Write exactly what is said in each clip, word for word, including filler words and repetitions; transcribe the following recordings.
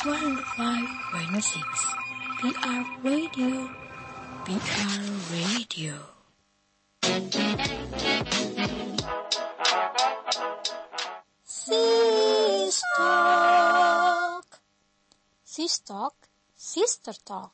one oh five point six B R Radio. B R Radio. Sistok. Sistok, Sister Talk.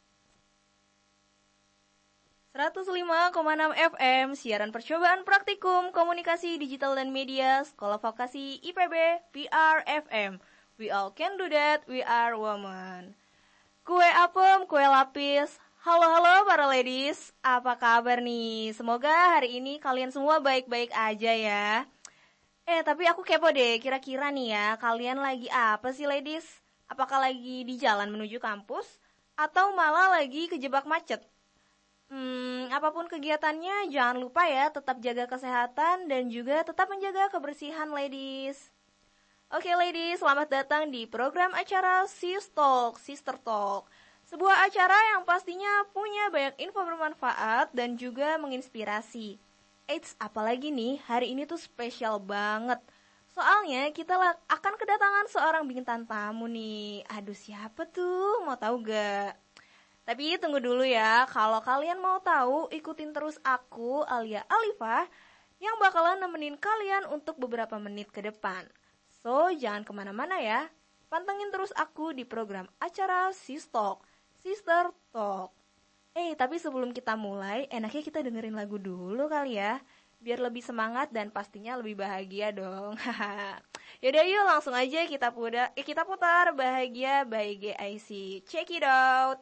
seratus lima koma enam F M, siaran percobaan praktikum komunikasi digital dan media, Sekolah Vokasi I P B, P R F M. We all can do that, we are woman. Kue apem, kue lapis. Halo-halo para ladies, apa kabar nih? Semoga hari ini kalian semua baik-baik aja ya. Eh, tapi aku kepo deh, kira-kira nih ya, kalian lagi apa sih ladies? Apakah lagi di jalan menuju kampus? Atau malah lagi kejebak macet? Hmm, apapun kegiatannya, jangan lupa ya tetap jaga kesehatan dan juga tetap menjaga kebersihan ladies. Oke ladies, selamat datang di program acara Sis Talk, Sister Talk. Sebuah acara yang pastinya punya banyak info bermanfaat dan juga menginspirasi. Eits, apalagi nih, hari ini tuh spesial banget. Soalnya kita akan kedatangan seorang bintang tamu nih. Aduh, siapa tuh? Mau tahu gak? Tapi tunggu dulu ya, kalau kalian mau tahu, ikutin terus aku, Alia Alifah, yang bakalan nemenin kalian untuk beberapa menit ke depan. So, jangan kemana-mana ya. Pantengin terus aku di program acara Sis Talk, Sister Talk. Eh, tapi sebelum kita mulai, enaknya kita dengerin lagu dulu kali ya. Biar lebih semangat dan pastinya lebih bahagia dong. Yaudah yuk, langsung aja kita putar, eh, kita putar Bahagia by G I C. Check it out.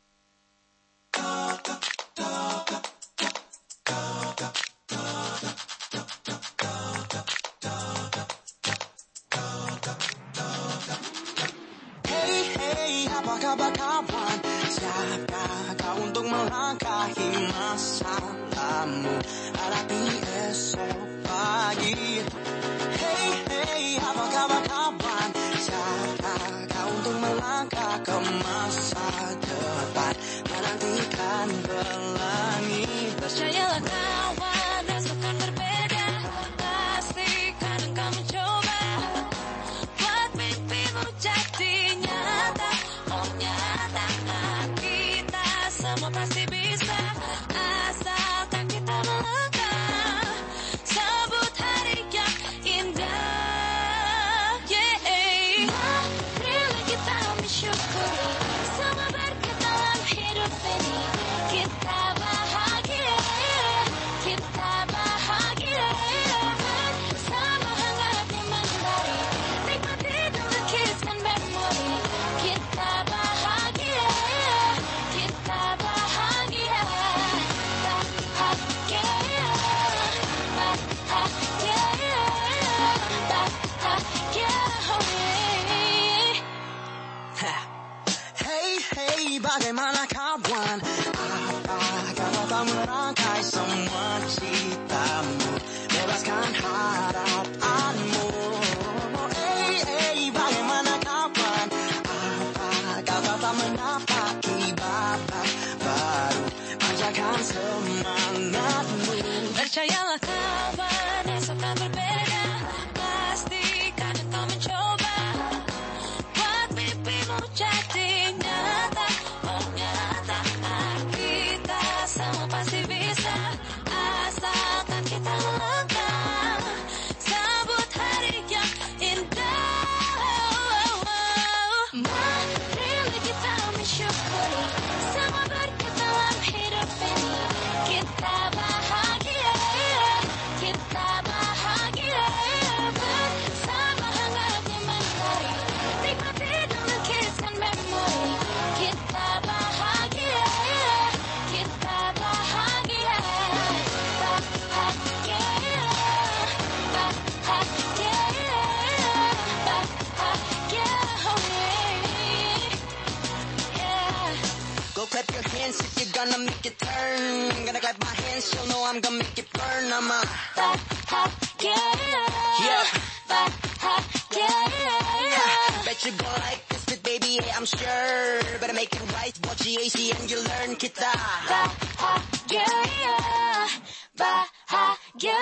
Hey hey, apa kabar kawan? Siapkah kau untuk melangkahi masalahmu, hadapi esok pagi? Hey hey, apa kabar kawan? Siapkah kau untuk melangkah ke masa depan, menantikan pelangi? Percayalah kawan, esok kan berbeda. Pasti kan engkau mencoba buat mimpimu jadi nyata. Oh nyata, kita semua pasti bisa, asalkan kita melangkah. Sambut hari yang indah. Yeah. Marilah kita mensyukuri semua berkat dalam hidup ini. Kita bahagia, kita bahagia, bersama hangatnya mentari. Nikmati dan lukiskan memori. Kita bahagia, kita bahagia, bahagia, bahagia, bahagia. Hey hey, bagaimana kawan? Apakah kau tak merangkai semua citamu, bebaskan harapanmu? Hey hey, bagaimana kawan? Apakah kau tak menapaki babak baru, panjatkan semangatmu? Percayalah kawan, esok kan berbeda. Pastikan engkau mencoba buat mimpimu jadi nyata. Oh nyata, kita semua pasti bisa, asalkan kita melangkah. Sambut hari yang indah. Marilah kita mensyukuri semua berkat dalam hidup ini. Kita bahagia, kita bahagia, bersama hangatnya mentari. Nikmati dan lukiskan memori. Kita bahagia, kita bahagia, bahagia, bahagia, bahagia. Yeah. Go clap your hands if you're gonna make it turn. Gonna clap my hands, you'll know I'm gonna make it burn. I'm a Bahagia, yeah. bahagia. Bet you gon' like this bit, baby, yeah, I'm sure. Better make it right, watch G A C and you learn kita. Bahagia, bahagia.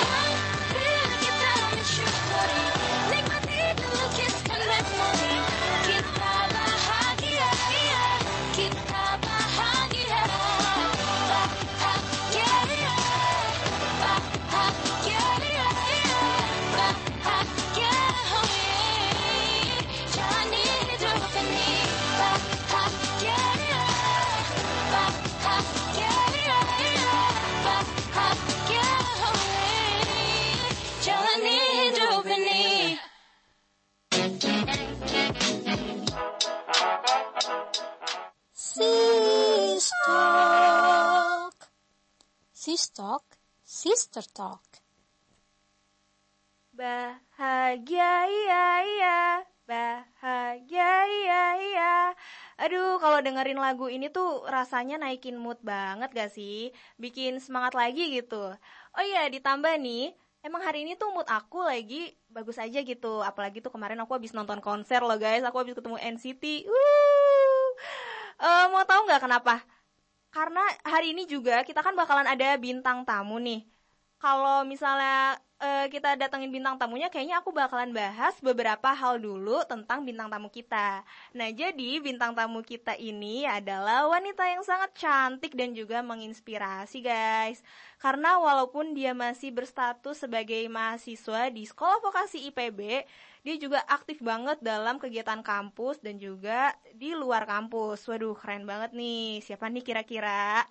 Marilah kita mensyukuri, nikmati dan lukiskan memori. Sis Talk, Sister Talk. Bahagia iya iya, bahagia iya iya. Aduh, kalau dengerin lagu ini tuh rasanya naikin mood banget gak sih? Bikin semangat lagi gitu. Oh iya, ditambah nih, emang hari ini tuh mood aku lagi bagus aja gitu. Apalagi tuh kemarin aku habis nonton konser loh guys, aku habis ketemu N C T. Uh. Uh, mau tahu nggak kenapa? Karena hari ini juga kita kan bakalan ada bintang tamu nih. Kalau misalnya uh, kita datengin bintang tamunya, kayaknya aku bakalan bahas beberapa hal dulu tentang bintang tamu kita. Nah, jadi bintang tamu kita ini adalah wanita yang sangat cantik dan juga menginspirasi, guys. Karena walaupun dia masih berstatus sebagai mahasiswa di Sekolah Vokasi I P B, dia juga aktif banget dalam kegiatan kampus dan juga di luar kampus. Waduh, keren banget nih. Siapa nih kira-kira?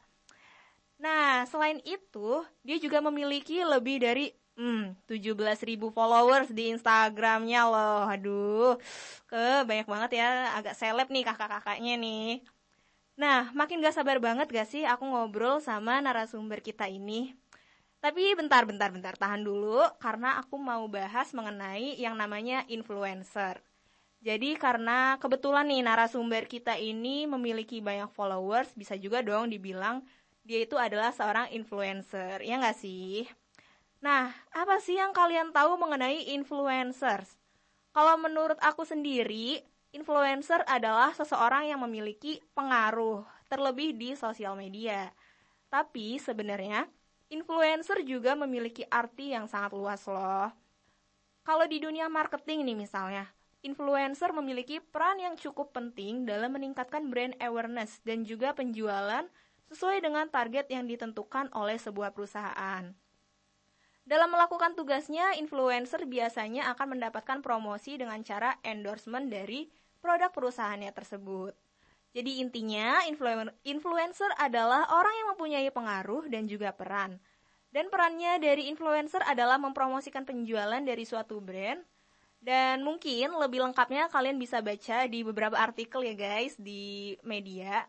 Nah, selain itu, dia juga memiliki lebih dari hmm, tujuh belas ribu followers di Instagramnya loh. Aduh, ke banyak banget ya, agak seleb nih kakak-kakaknya nih. Nah, makin gak sabar banget gak sih aku ngobrol sama narasumber kita ini. Tapi bentar, bentar, bentar, tahan dulu, karena aku mau bahas mengenai yang namanya influencer. Jadi karena kebetulan nih narasumber kita ini memiliki banyak followers, bisa juga dong dibilang dia itu adalah seorang influencer, ya nggak sih? Nah, apa sih yang kalian tahu mengenai influencers? Kalau menurut aku sendiri, influencer adalah seseorang yang memiliki pengaruh, terlebih di sosial media. Tapi sebenarnya, influencer juga memiliki arti yang sangat luas loh. Kalau di dunia marketing nih misalnya, influencer memiliki peran yang cukup penting dalam meningkatkan brand awareness dan juga penjualan sesuai dengan target yang ditentukan oleh sebuah perusahaan. Dalam melakukan tugasnya, influencer biasanya akan mendapatkan promosi dengan cara endorsement dari produk perusahaannya tersebut. Jadi intinya, influencer adalah orang yang mempunyai pengaruh dan juga peran. Dan perannya dari influencer adalah mempromosikan penjualan dari suatu brand. Dan mungkin lebih lengkapnya kalian bisa baca di beberapa artikel ya guys, di media.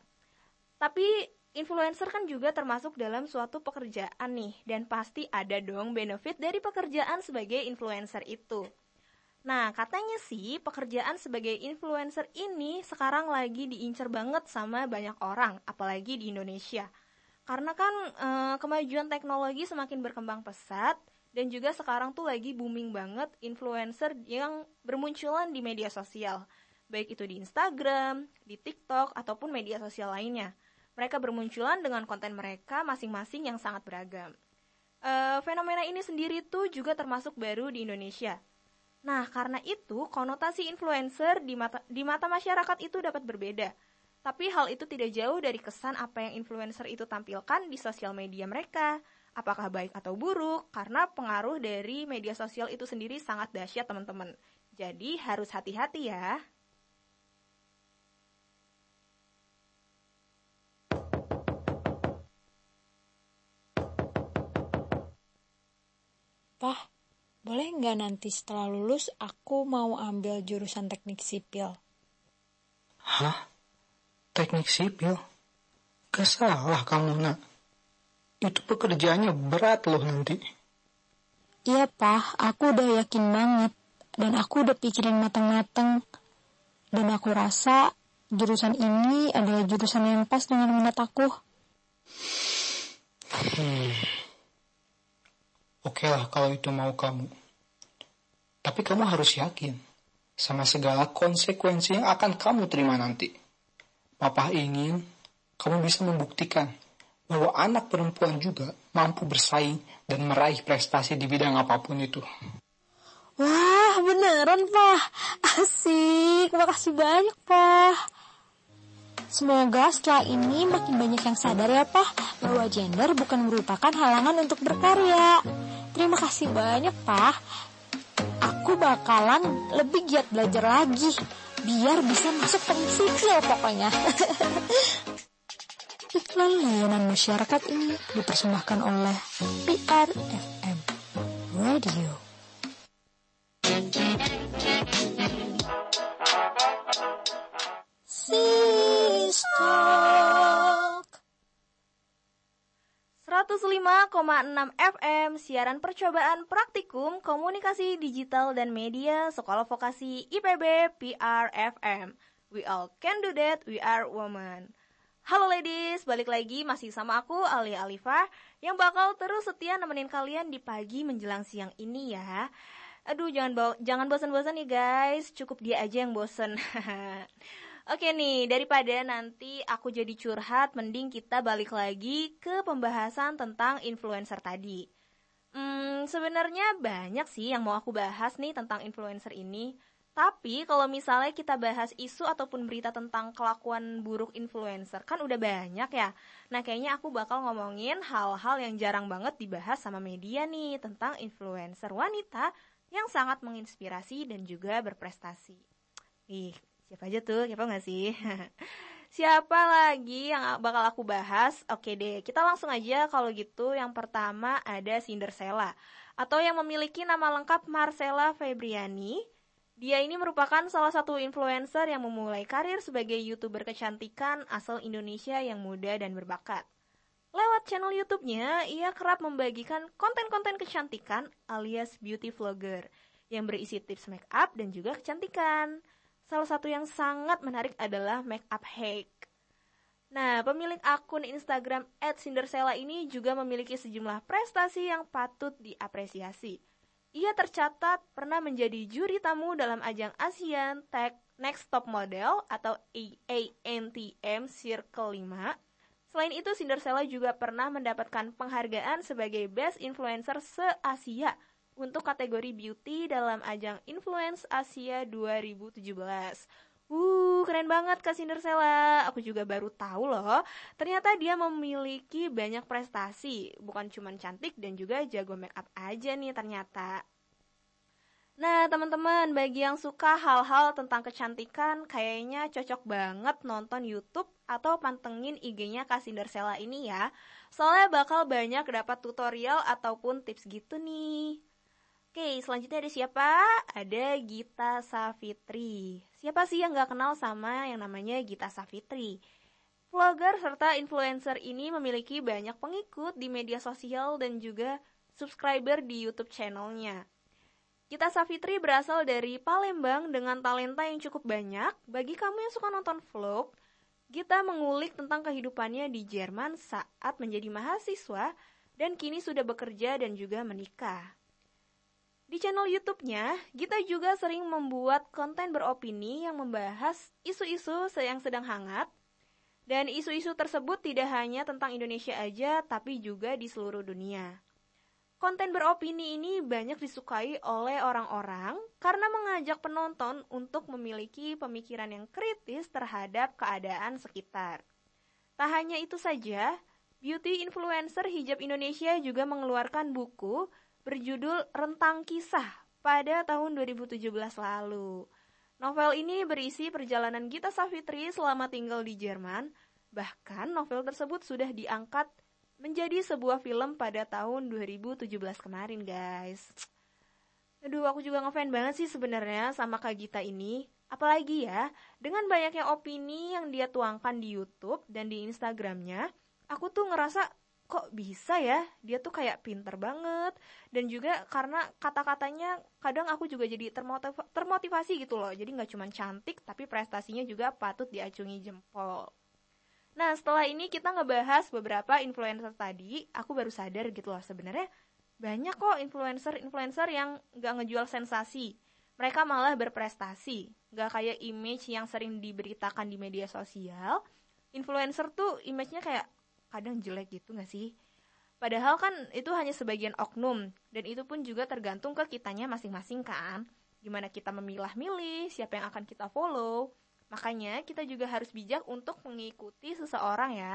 Tapi influencer kan juga termasuk dalam suatu pekerjaan nih, dan pasti ada dong benefit dari pekerjaan sebagai influencer itu. Nah, katanya sih pekerjaan sebagai influencer ini sekarang lagi diincar banget sama banyak orang, apalagi di Indonesia. Karena kan e, kemajuan teknologi semakin berkembang pesat, dan juga sekarang tuh lagi booming banget influencer yang bermunculan di media sosial. Baik itu di Instagram, di TikTok, ataupun media sosial lainnya. Mereka bermunculan dengan konten mereka masing-masing yang sangat beragam. E, fenomena ini sendiri tuh juga termasuk baru di Indonesia. Nah, karena itu konotasi influencer di mata, di mata masyarakat itu dapat berbeda. Tapi hal itu tidak jauh dari kesan apa yang influencer itu tampilkan di sosial media mereka. Apakah baik atau buruk, karena pengaruh dari media sosial itu sendiri sangat dahsyat teman-teman. Jadi harus hati-hati ya. Pah, boleh nggak nanti setelah lulus aku mau ambil jurusan teknik sipil? Hah? Teknik sipil? Gak salah kamu nak. Itu pekerjaannya berat loh nanti. Iya Pah, aku udah yakin banget. Dan aku udah pikirin matang-matang. Dan aku rasa jurusan ini adalah jurusan yang pas dengan minat aku. Hmm. Oke lah kalau itu mau kamu. Tapi kamu harus yakin sama segala konsekuensi yang akan kamu terima nanti. Papa ingin kamu bisa membuktikan bahwa anak perempuan juga mampu bersaing dan meraih prestasi di bidang apapun itu. Wah, beneran Pah. Asik, makasih banyak Pah. Semoga setelah ini makin banyak yang sadar ya Pah, bahwa gender bukan merupakan halangan untuk berkarya. Terima kasih banyak Pah. Aku bakalan lebih giat belajar lagi, biar bisa masuk teknik sipil pokoknya. Iklan layanan masyarakat ini dipersembahkan oleh P R F M Radio. Sis Talk seratus lima koma enam F M, siaran percobaan praktikum komunikasi digital dan media Sekolah Vokasi I P B P R F M. We all can do that, we are woman. Halo ladies, balik lagi masih sama aku Alia Alifah yang bakal terus setia nemenin kalian di pagi menjelang siang ini ya. Aduh, jangan bo- jangan bosan-bosan nih guys, cukup dia aja yang bosan. Oke nih, daripada nanti aku jadi curhat, mending kita balik lagi ke pembahasan tentang influencer tadi. Hmm, sebenarnya banyak sih yang mau aku bahas nih tentang influencer ini. Tapi kalau misalnya kita bahas isu ataupun berita tentang kelakuan buruk influencer, kan udah banyak ya. Nah kayaknya aku bakal ngomongin hal-hal yang jarang banget dibahas sama media nih tentang influencer wanita yang sangat menginspirasi dan juga berprestasi. Ih, siapa aja tuh? Siapa gak sih? Siapa lagi yang bakal aku bahas? Oke deh, kita langsung aja kalau gitu. Yang pertama ada Cinderella, atau yang memiliki nama lengkap Marcella Febriani. Dia ini merupakan salah satu influencer yang memulai karir sebagai YouTuber kecantikan asal Indonesia yang muda dan berbakat. Lewat channel YouTube-nya, ia kerap membagikan konten-konten kecantikan alias beauty vlogger yang berisi tips make up dan juga kecantikan. Salah satu yang sangat menarik adalah make up hack. Nah, pemilik akun Instagram et cinderella ini juga memiliki sejumlah prestasi yang patut diapresiasi. Ia tercatat pernah menjadi juri tamu dalam ajang Asian Tech Next Top Model atau A N T M Circle lima. Selain itu, Cinderella juga pernah mendapatkan penghargaan sebagai Best Influencer se-Asia untuk kategori beauty dalam ajang Influence Asia dua ribu tujuh belas. Uh, keren banget Kak Cinderella. Aku juga baru tahu loh, ternyata dia memiliki banyak prestasi. Bukan cuma cantik dan juga jago make up aja nih ternyata. Nah teman-teman, bagi yang suka hal-hal tentang kecantikan, kayaknya cocok banget nonton YouTube atau pantengin I G-nya Kak Cinderella ini ya. Soalnya bakal banyak dapat tutorial ataupun tips gitu nih. Oke, selanjutnya ada siapa? Ada Gita Savitri. Siapa sih yang gak kenal sama yang namanya Gita Savitri? Vlogger serta influencer ini memiliki banyak pengikut di media sosial dan juga subscriber di YouTube channelnya. Gita Savitri berasal dari Palembang dengan talenta yang cukup banyak. Bagi kamu yang suka nonton vlog, Gita mengulik tentang kehidupannya di Jerman saat menjadi mahasiswa dan kini sudah bekerja dan juga menikah. Di channel YouTube-nya, Gita juga sering membuat konten beropini yang membahas isu-isu yang sedang hangat. Dan isu-isu tersebut tidak hanya tentang Indonesia aja, tapi juga di seluruh dunia. Konten beropini ini banyak disukai oleh orang-orang karena mengajak penonton untuk memiliki pemikiran yang kritis terhadap keadaan sekitar. Tak hanya itu saja, beauty influencer hijab Indonesia juga mengeluarkan buku berjudul Rentang Kisah pada tahun dua ribu tujuh belas lalu. Novel ini berisi perjalanan Gita Savitri selama tinggal di Jerman. Bahkan novel tersebut sudah diangkat menjadi sebuah film pada tahun dua ribu tujuh belas kemarin guys. Aduh, aku juga ngefans banget sih sebenarnya sama Kak Gita ini. Apalagi ya, dengan banyaknya opini yang dia tuangkan di YouTube dan di Instagramnya, aku tuh ngerasa kok bisa ya, dia tuh kayak pinter banget. Dan juga karena kata-katanya kadang aku juga jadi termotiv- termotivasi gitu loh. Jadi gak cuma cantik, tapi prestasinya juga patut diacungi jempol. Nah setelah ini kita ngebahas beberapa influencer tadi, aku baru sadar gitu loh, sebenarnya banyak kok influencer-influencer yang gak ngejual sensasi. Mereka malah berprestasi. Gak kayak image yang sering diberitakan di media sosial. Influencer tuh image-nya kayak kadang jelek gitu gak sih? Padahal kan itu hanya sebagian oknum. Dan itu pun juga tergantung ke kitanya masing-masing kan. Gimana kita memilah-milih siapa yang akan kita follow. Makanya kita juga harus bijak untuk mengikuti seseorang ya.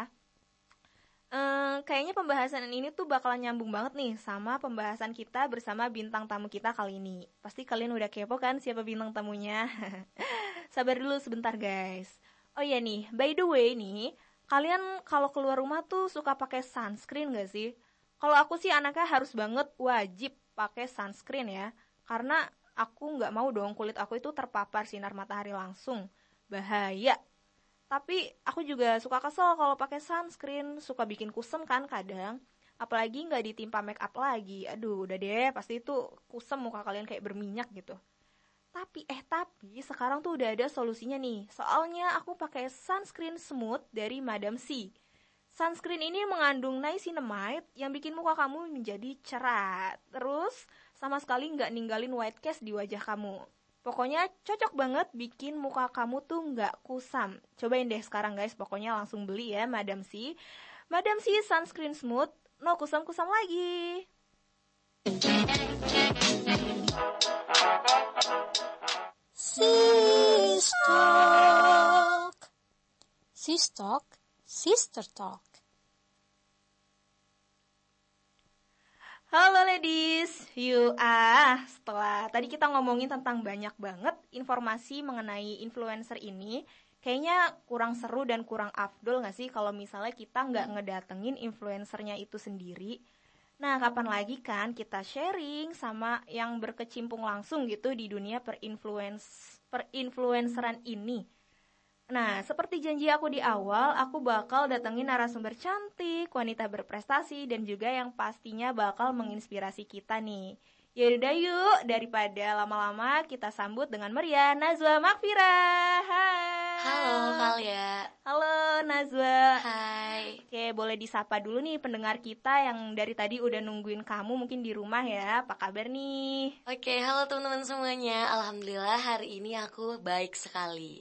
ehm, Kayaknya pembahasan ini tuh bakalan nyambung banget nih sama pembahasan kita bersama bintang tamu kita kali ini. Pasti kalian udah kepo kan siapa bintang tamunya? Sabar dulu sebentar guys. Oh iya nih, by the way nih, kalian kalau keluar rumah tuh suka pakai sunscreen gak sih? Kalau aku sih anaknya harus banget wajib pakai sunscreen ya. Karena aku gak mau dong kulit aku itu terpapar sinar matahari langsung. Bahaya. Tapi aku juga suka kesel kalau pakai sunscreen, suka bikin kusem kan kadang. Apalagi nggak ditimpa make up lagi. Aduh, udah deh, pasti itu kusem muka kalian kayak berminyak gitu. Tapi eh tapi sekarang tuh udah ada solusinya nih. Soalnya aku pakai sunscreen smooth dari Madam C. Sunscreen ini mengandung niacinamide yang bikin muka kamu menjadi cerah. Terus sama sekali nggak ninggalin white cast di wajah kamu. Pokoknya cocok banget bikin muka kamu tuh nggak kusam. Cobain deh sekarang guys, pokoknya langsung beli ya Madam C. Madam C Sunscreen Smooth, no kusam-kusam lagi. Sistok. Sistok, Sister Talk. Halo ladies, yuk ah setelah tadi kita ngomongin tentang banyak banget informasi mengenai influencer ini, kayaknya kurang seru dan kurang afdol gak sih kalau misalnya kita nggak ngedatengin influencernya itu sendiri. Nah, kapan lagi kan kita sharing sama yang berkecimpung langsung gitu di dunia perinfluence, perinfluenceran ini. Nah, seperti janji aku di awal, aku bakal datengin narasumber cantik, wanita berprestasi, dan juga yang pastinya bakal menginspirasi kita nih. Yaudah yuk, daripada lama-lama kita sambut dengan meriah Nazwa Makfira. Hai. Halo Kalia. Halo Nazwa. Hai. Oke, boleh disapa dulu nih pendengar kita yang dari tadi udah nungguin kamu mungkin di rumah ya. Apa kabar nih? Oke, halo teman-teman semuanya. Alhamdulillah hari ini aku baik sekali.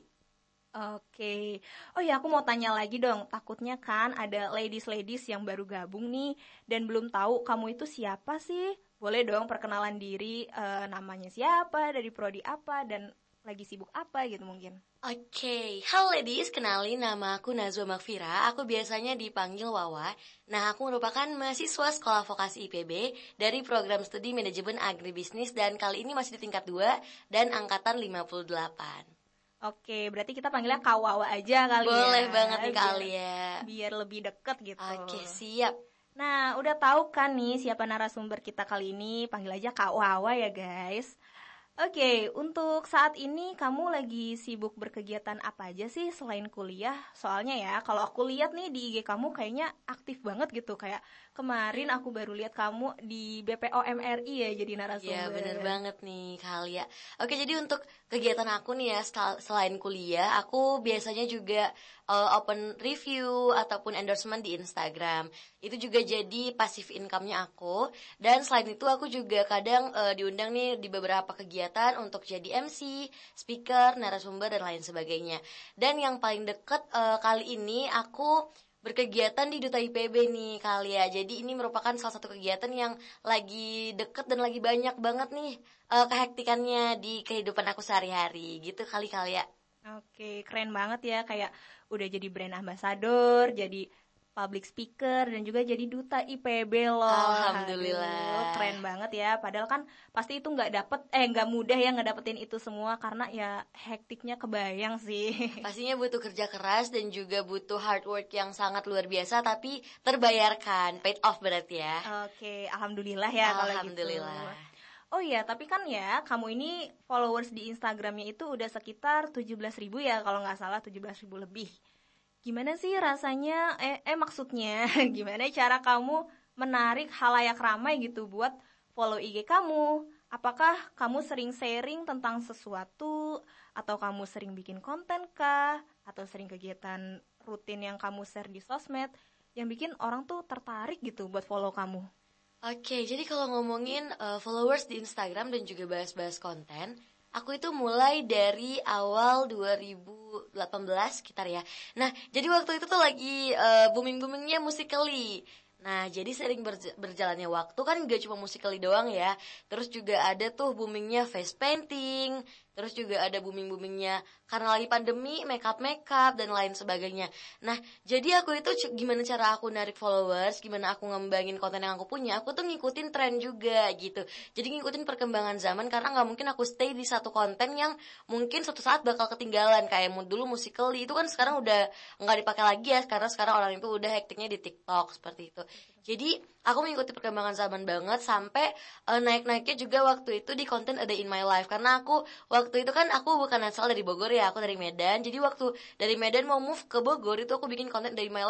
Oke, oh ya aku mau tanya lagi dong. Takutnya kan ada ladies-ladies yang baru gabung nih dan belum tahu kamu itu siapa sih? Boleh dong perkenalan diri, eh, namanya siapa, dari prodi apa, dan lagi sibuk apa gitu mungkin. Oke, halo ladies, kenalin nama aku Nazwa Makfira. Aku biasanya dipanggil Wawa. Nah, aku merupakan mahasiswa Sekolah Vokasi I P B dari program studi Manajemen Agribisnis dan kali ini masih di tingkat dua dan angkatan lima puluh delapan. Oke, berarti kita panggilnya Kak Wawa aja kali ya. Boleh banget nih biar, Kalia. Biar lebih deket gitu. Oke, siap. Nah, udah tahu kan nih siapa narasumber kita kali ini? Panggil aja Kak Wawa ya guys. Oke, untuk saat ini kamu lagi sibuk berkegiatan apa aja sih selain kuliah? Soalnya ya, kalau aku lihat nih di I G kamu kayaknya aktif banget gitu. Kayak kemarin aku baru lihat kamu di B P O M R I ya jadi narasumber. Iya bener banget nih Kalia. Oke, jadi untuk kegiatan aku nih ya selain kuliah, aku biasanya juga uh, open review ataupun endorsement di Instagram. Itu juga jadi passive income-nya aku. Dan selain itu aku juga kadang uh, diundang nih di beberapa kegiatan untuk jadi M C, speaker, narasumber dan lain sebagainya. Dan yang paling deket uh, kali ini aku berkegiatan di Duta I P B nih Kalia. Jadi ini merupakan salah satu kegiatan yang lagi deket dan lagi banyak banget nih uh, kehektikannya di kehidupan aku sehari-hari. Gitu kali Kalia. Oke, keren banget ya. Kayak udah jadi brand ambassador, jadi public speaker, dan juga jadi duta I P B loh. Alhamdulillah. Aduh, keren banget ya. Padahal kan pasti itu nggak dapet, eh nggak mudah ya ngedapetin itu semua karena ya hektiknya kebayang sih. Pastinya butuh kerja keras dan juga butuh hard work yang sangat luar biasa, tapi terbayarkan, paid off berarti ya. Oke, alhamdulillah ya kalau gitu. Alhamdulillah. Oh iya, tapi kan ya kamu ini followers di Instagramnya itu udah sekitar tujuh belas ribu ya kalau nggak salah, tujuh belas ribu lebih. Gimana sih rasanya, eh, eh maksudnya gimana cara kamu menarik halayak ramai gitu buat follow I G kamu? Apakah kamu sering sharing tentang sesuatu, atau kamu sering bikin konten kah, atau sering kegiatan rutin yang kamu share di sosmed yang bikin orang tuh tertarik gitu buat follow kamu? Oke, jadi kalau ngomongin uh, followers di Instagram dan juga bahas-bahas konten, aku itu mulai dari awal dua ribu delapan belas sekitar ya. Nah, jadi waktu itu tuh lagi uh, booming-boomingnya Musical.ly. Nah, jadi sering berj- berjalannya waktu kan gak cuma Musical.ly doang ya. Terus juga ada tuh boomingnya face painting. Terus juga ada booming-boomingnya karena lagi pandemi, makeup-makeup dan lain sebagainya. Nah, jadi aku itu c- gimana cara aku narik followers, gimana aku ngembangin konten yang aku punya, aku tuh ngikutin tren juga gitu. Jadi ngikutin perkembangan zaman karena gak mungkin aku stay di satu konten yang mungkin suatu saat bakal ketinggalan. Kayak dulu Musical.ly itu kan sekarang udah gak dipakai lagi ya, karena sekarang orang itu udah hektiknya di TikTok seperti itu. Jadi aku mengikuti perkembangan zaman banget sampai uh, naik-naiknya juga waktu itu di konten A Day in My Life. Karena aku waktu itu kan aku bukan asal dari Bogor ya, aku dari Medan. Jadi waktu dari Medan mau move ke Bogor itu aku bikin konten A Day in My Life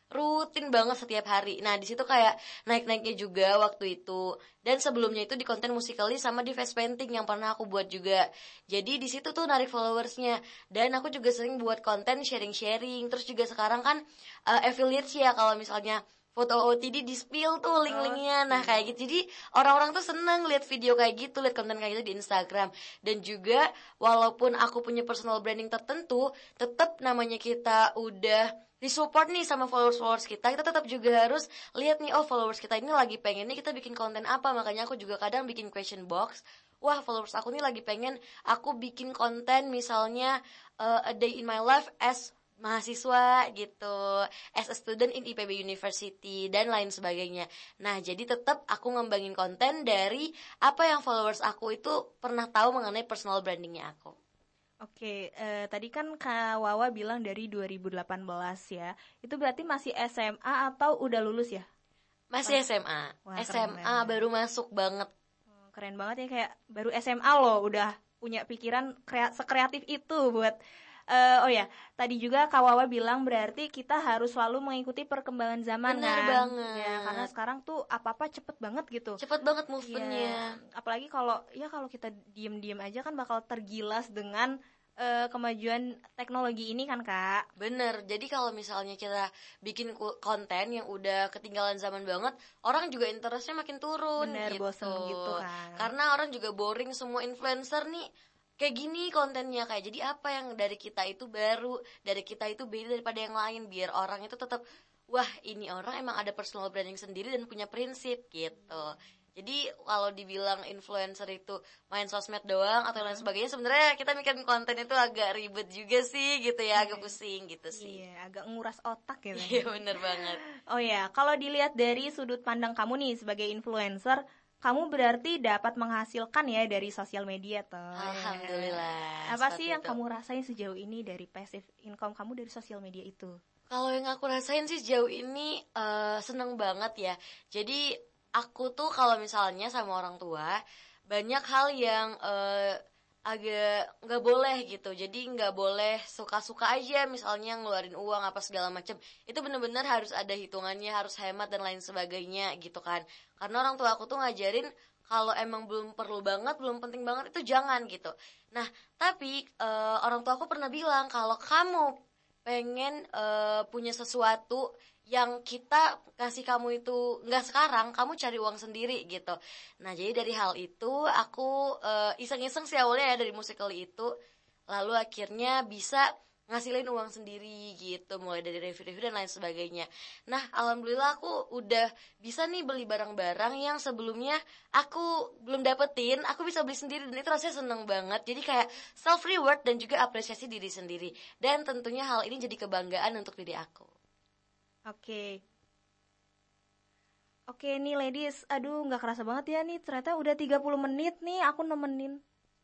rutin banget setiap hari. Nah di situ kayak naik-naiknya juga waktu itu. Dan sebelumnya itu di konten Musical.ly sama di face painting yang pernah aku buat juga. Jadi di situ tuh narik followersnya. Dan aku juga sering buat konten sharing-sharing. Terus juga sekarang kan uh, affiliate ya kalau misalnya foto O O T D di spill tuh link-linknya. Nah kayak gitu. Jadi orang-orang tuh seneng lihat video kayak gitu, lihat konten kayak gitu di Instagram. Dan juga walaupun aku punya personal branding tertentu, tetap namanya kita udah disupport nih sama followers-followers kita, kita tetap juga harus lihat nih, oh followers kita ini lagi pengen nih kita bikin konten apa. Makanya aku juga kadang bikin question box. Wah followers aku nih lagi pengen aku bikin konten misalnya uh, a day in my life as mahasiswa gitu, as a student in I P B University dan lain sebagainya. Nah jadi tetap aku ngembangin konten dari apa yang followers aku itu pernah tahu mengenai personal brandingnya aku. Oke, eh, tadi kan Kak Wawa bilang dari dua ribu delapan belas ya. Itu berarti masih S M A atau udah lulus ya? Masih S M A. Wah, S M A keren, baru masuk banget. Keren banget ya, kayak baru S M A loh udah punya pikiran krea- sekreatif itu buat uh, oh ya, tadi juga Kak Wawa bilang berarti kita harus selalu mengikuti perkembangan zaman. Benar kan? banget. Ya, karena sekarang tuh apa-apa cepet banget gitu. Cepet banget movement-nya. Ya, apalagi kalau ya kalau kita diem-diem aja kan bakal tergilas dengan uh, kemajuan teknologi ini kan Kak. Bener, jadi kalau misalnya kita bikin konten yang udah ketinggalan zaman banget, orang juga interestnya makin turun. Bener, gitu. bosen gitu kan. Karena orang juga boring, semua influencer nih kayak gini kontennya, kayak jadi apa yang dari kita itu baru, dari kita itu beda daripada yang lain, biar orang itu tetap wah ini orang emang ada personal branding sendiri dan punya prinsip gitu. Jadi kalau dibilang influencer itu main sosmed doang atau lain sebagainya, sebenarnya kita bikin konten itu agak ribet juga sih gitu ya, agak pusing gitu sih. Iya, agak nguras otak ya. Iya bener banget. Oh ya, kalau dilihat dari sudut pandang kamu nih sebagai influencer, kamu berarti dapat menghasilkan ya dari sosial media tuh. Alhamdulillah. Apa sih yang itu. kamu rasain sejauh ini dari passive income kamu dari sosial media itu? Kalau yang aku rasain sih sejauh ini uh, seneng banget ya. Jadi aku tuh kalau misalnya sama orang tua banyak hal yang uh, agak nggak boleh gitu. Jadi nggak boleh suka-suka aja misalnya ngeluarin uang apa segala macam. Itu bener-bener harus ada hitungannya, harus hemat dan lain sebagainya gitu kan. Karena orang tua aku tuh ngajarin kalau emang belum perlu banget, belum penting banget itu jangan gitu. Nah tapi uh, orang tua aku pernah bilang kalau kamu pengen uh, punya sesuatu yang kita kasih kamu itu nggak sekarang, kamu cari uang sendiri gitu. Nah jadi dari hal itu aku uh, iseng-iseng sih awalnya ya dari Musical.ly itu, lalu akhirnya bisa ngasilin uang sendiri gitu, mulai dari review-review dan lain sebagainya. Nah alhamdulillah aku udah bisa nih beli barang-barang yang sebelumnya aku belum dapetin, aku bisa beli sendiri dan itu rasanya seneng banget. Jadi kayak self reward dan juga apresiasi diri sendiri, dan tentunya hal ini jadi kebanggaan untuk diri aku. Oke. Oke nih ladies, aduh gak kerasa banget ya nih, ternyata udah tiga puluh menit nih aku nemenin.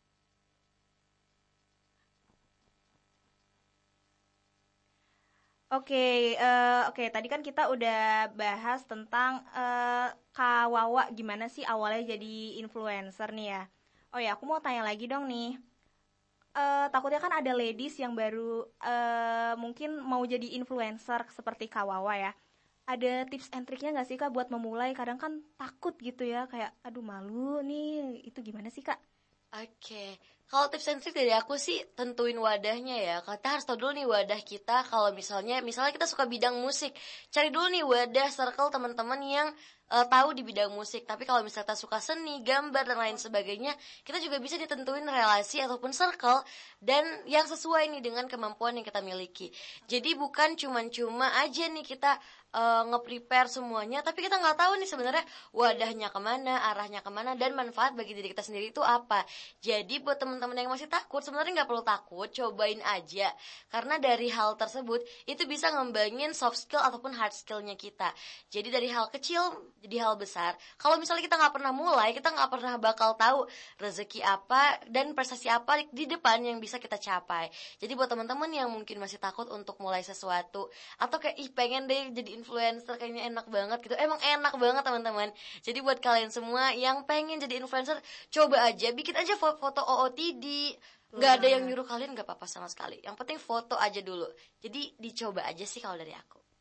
Oke, uh, oke tadi kan kita udah bahas tentang uh, Kak Wawa gimana sih awalnya jadi influencer nih ya. Oh ya, aku mau tanya lagi dong nih. Uh, takutnya kan ada ladies yang baru uh, mungkin mau jadi influencer seperti Kak Wawa ya. Ada tips and triknya gak sih Kak buat memulai? Kadang kan takut gitu ya, kayak aduh malu nih, itu gimana sih Kak? Oke, kalau tips and trik dari aku sih tentuin wadahnya ya. Kita harus tahu dulu nih wadah kita. Kalau misalnya, misalnya kita suka bidang musik, cari dulu nih wadah circle teman-teman yang uh, tahu di bidang musik. Tapi kalau misalnya kita suka seni, gambar dan lain sebagainya, kita juga bisa ditentuin relasi ataupun circle dan yang sesuai nih dengan kemampuan yang kita miliki. Jadi bukan cuma-cuma aja nih kita Uh, nge-prepare semuanya, tapi kita nggak tahu nih sebenarnya wadahnya kemana, arahnya kemana, dan manfaat bagi diri kita sendiri itu apa. Jadi buat teman-teman yang masih takut, sebenarnya nggak perlu takut, cobain aja. Karena dari hal tersebut itu bisa ngembangin soft skill ataupun hard skillnya kita. Jadi dari hal kecil jadi hal besar. Kalau misalnya kita nggak pernah mulai, kita nggak pernah bakal tahu rezeki apa dan prestasi apa di depan yang bisa kita capai. Jadi buat teman-teman yang mungkin masih takut untuk mulai sesuatu, atau kayak ih pengen deh jadi influencer kayaknya enak banget gitu. Emang enak banget teman-teman. Jadi buat kalian semua yang pengen jadi influencer, coba aja bikin aja foto O O T D. Nggak ada yang nyuruh kalian, nggak apa-apa sama sekali. Yang penting foto aja dulu. Jadi dicoba aja sih kalau dari aku.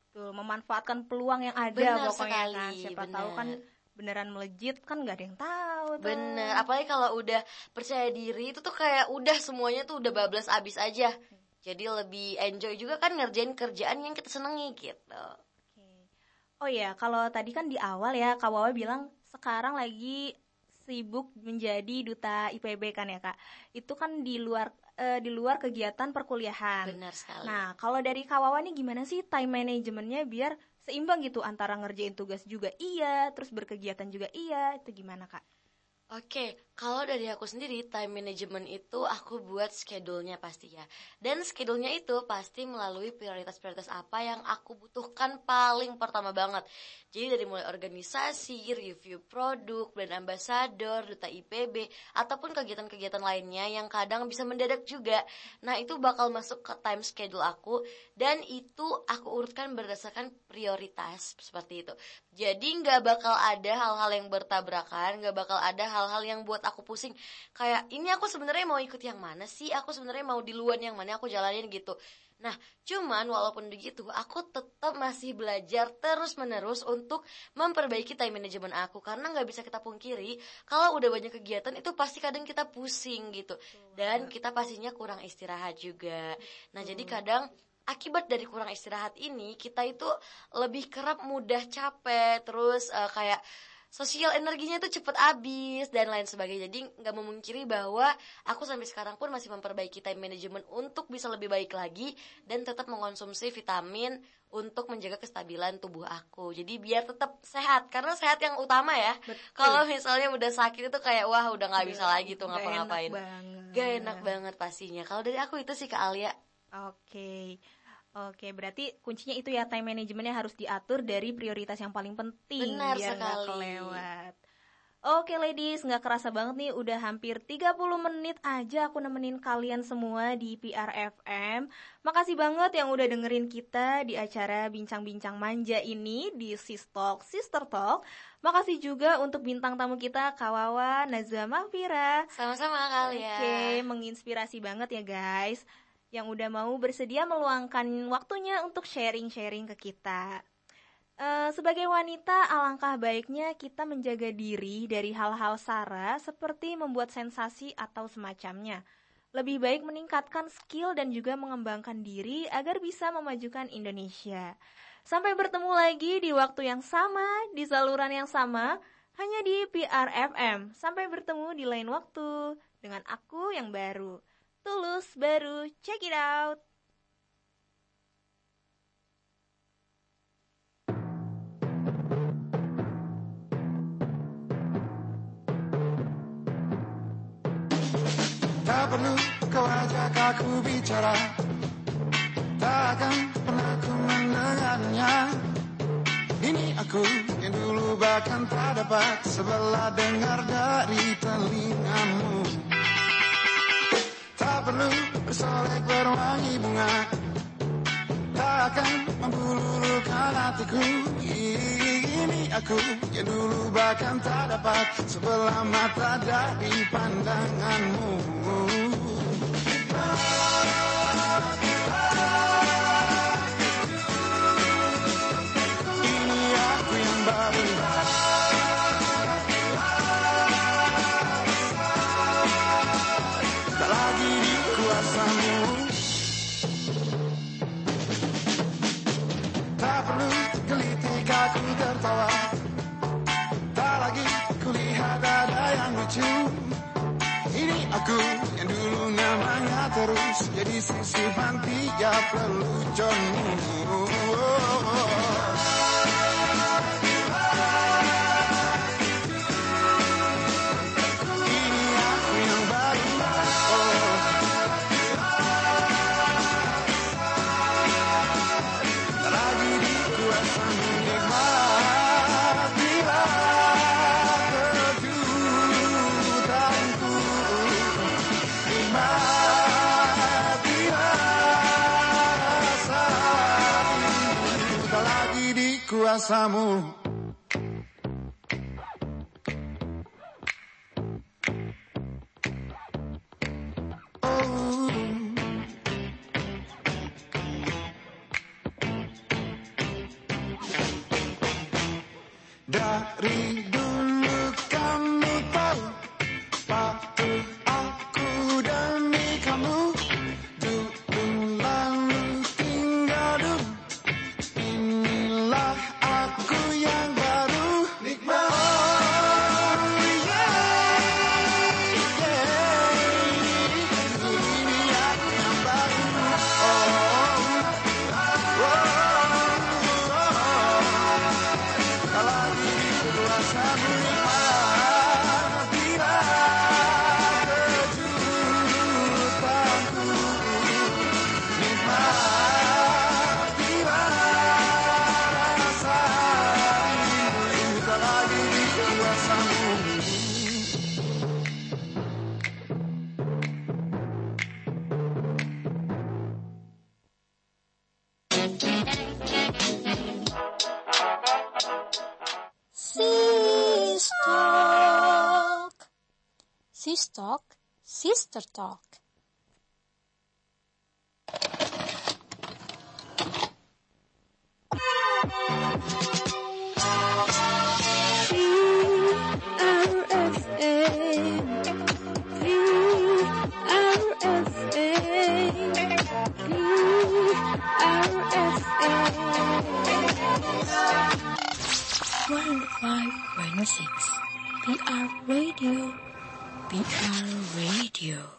Tuh, memanfaatkan peluang yang ada Benar pokoknya sekali, kan. Siapa benar. tahu kan beneran melejit kan nggak ada yang tahu tuh. Bener, apalagi kalau udah percaya diri itu tuh kayak udah semuanya tuh udah bablas abis aja. Jadi lebih enjoy juga kan ngerjain kerjaan yang kita senengi gitu. Oke. Oh iya, kalau tadi kan di awal ya Kak Wawa bilang sekarang lagi sibuk menjadi duta I P B kan ya Kak. Itu kan di luar eh, di luar kegiatan perkuliahan. Benar sekali. Nah, kalau dari Kak Wawa nih gimana sih time manajemennya biar seimbang gitu antara ngerjain tugas juga iya, terus berkegiatan juga iya, itu gimana Kak? Oke, kalau dari aku sendiri time management itu aku buat schedule-nya pasti ya. Dan schedule-nya itu pasti melalui prioritas-prioritas apa yang aku butuhkan paling pertama banget. Jadi dari mulai organisasi, review produk, brand ambassador, duta I P B, ataupun kegiatan-kegiatan lainnya yang kadang bisa mendadak juga. Nah itu bakal masuk ke time schedule aku dan itu aku urutkan berdasarkan prioritas seperti itu. Jadi nggak bakal ada hal-hal yang bertabrakan, nggak bakal ada hal hal-hal yang buat aku pusing. Kayak ini aku sebenarnya mau ikut yang mana sih? Aku sebenarnya mau di luar yang mana aku jalanin gitu. Nah, cuman walaupun begitu, aku tetap masih belajar terus-menerus untuk memperbaiki time management aku. Karena nggak bisa kita pungkiri, kalau udah banyak kegiatan itu pasti kadang kita pusing gitu. Dan kita pastinya kurang istirahat juga. Nah, jadi kadang akibat dari kurang istirahat ini, kita itu lebih kerap mudah capek. Terus uh, kayak sosial energinya itu cepet habis dan lain sebagainya. Jadi gak memungkiri bahwa aku sampai sekarang pun masih memperbaiki time management untuk bisa lebih baik lagi dan tetap mengonsumsi vitamin untuk menjaga kestabilan tubuh aku. Jadi biar tetap sehat, karena sehat yang utama ya. Kalau misalnya udah sakit itu kayak wah udah gak bisa lagi tuh ngapa-ngapain. Gak enak banget pastinya. Kalau dari aku itu sih Kak Alia. Oke. Oke, berarti kuncinya itu ya, time managementnya harus diatur dari prioritas yang paling penting. Benar biar sekali. Gak kelewat. Oke ladies, gak kerasa banget nih udah hampir tiga puluh menit aja aku nemenin kalian semua di P R F M. Makasih banget yang udah dengerin kita di acara Bincang-Bincang Manja ini di Sis Talk, Sister Talk. Makasih juga untuk bintang tamu kita Kak Wawa, Nazwa Mahfira. Sama-sama Kak Alia. Oke, menginspirasi banget ya guys, yang udah mau bersedia meluangkan waktunya untuk sharing-sharing ke kita. Uh, sebagai wanita, alangkah baiknya kita menjaga diri dari hal-hal sara seperti membuat sensasi atau semacamnya. Lebih baik meningkatkan skill dan juga mengembangkan diri agar bisa memajukan Indonesia. Sampai bertemu lagi di waktu yang sama, di saluran yang sama, hanya di P R F M. Sampai bertemu di lain waktu dengan aku yang baru. Tulus baru, check it out. Tak perlu kau ajak aku bicara, tak akan pernah ku mendengarnya. Ini aku yang dulu bahkan tak dapat sebelah dengar dari telingamu. Tak perlu bersolek berwangi bunga, tak akan mampu luluhkan hatiku. Ini aku yang dulu bahkan tak dapat sebelah mata dari pandanganmu. Ini aku yang baru, tak lagi di kuasamu. Tak perlu gelitik aku tertawa, tak lagi kulihat ada yang lucu. Ini aku yang dulu namanya terus jadi sisipan tiap leluconmu. Ini aku yang baru, oh. Tak lagi di kuasamu, nikmatilah kejutanku. Nikmatilah rasa rindu, tak lagi di kuasamu. Dari dulu kamu tahu, patuh aku demi kamu. Dulu lalu tinggal dulu, inilah aku yang baru. Nikmat. Oh, yeah, yeah. Ini aku yang baru. Oh, oh, oh, oh. Kalau diriku rasamu nikmat, bila kejutanku nikmat, bila rasa rindu kalau diriku rasamu. Sis Talk. Sis Talk, Sister Talk. one oh five point six P R Radio, P R Radio.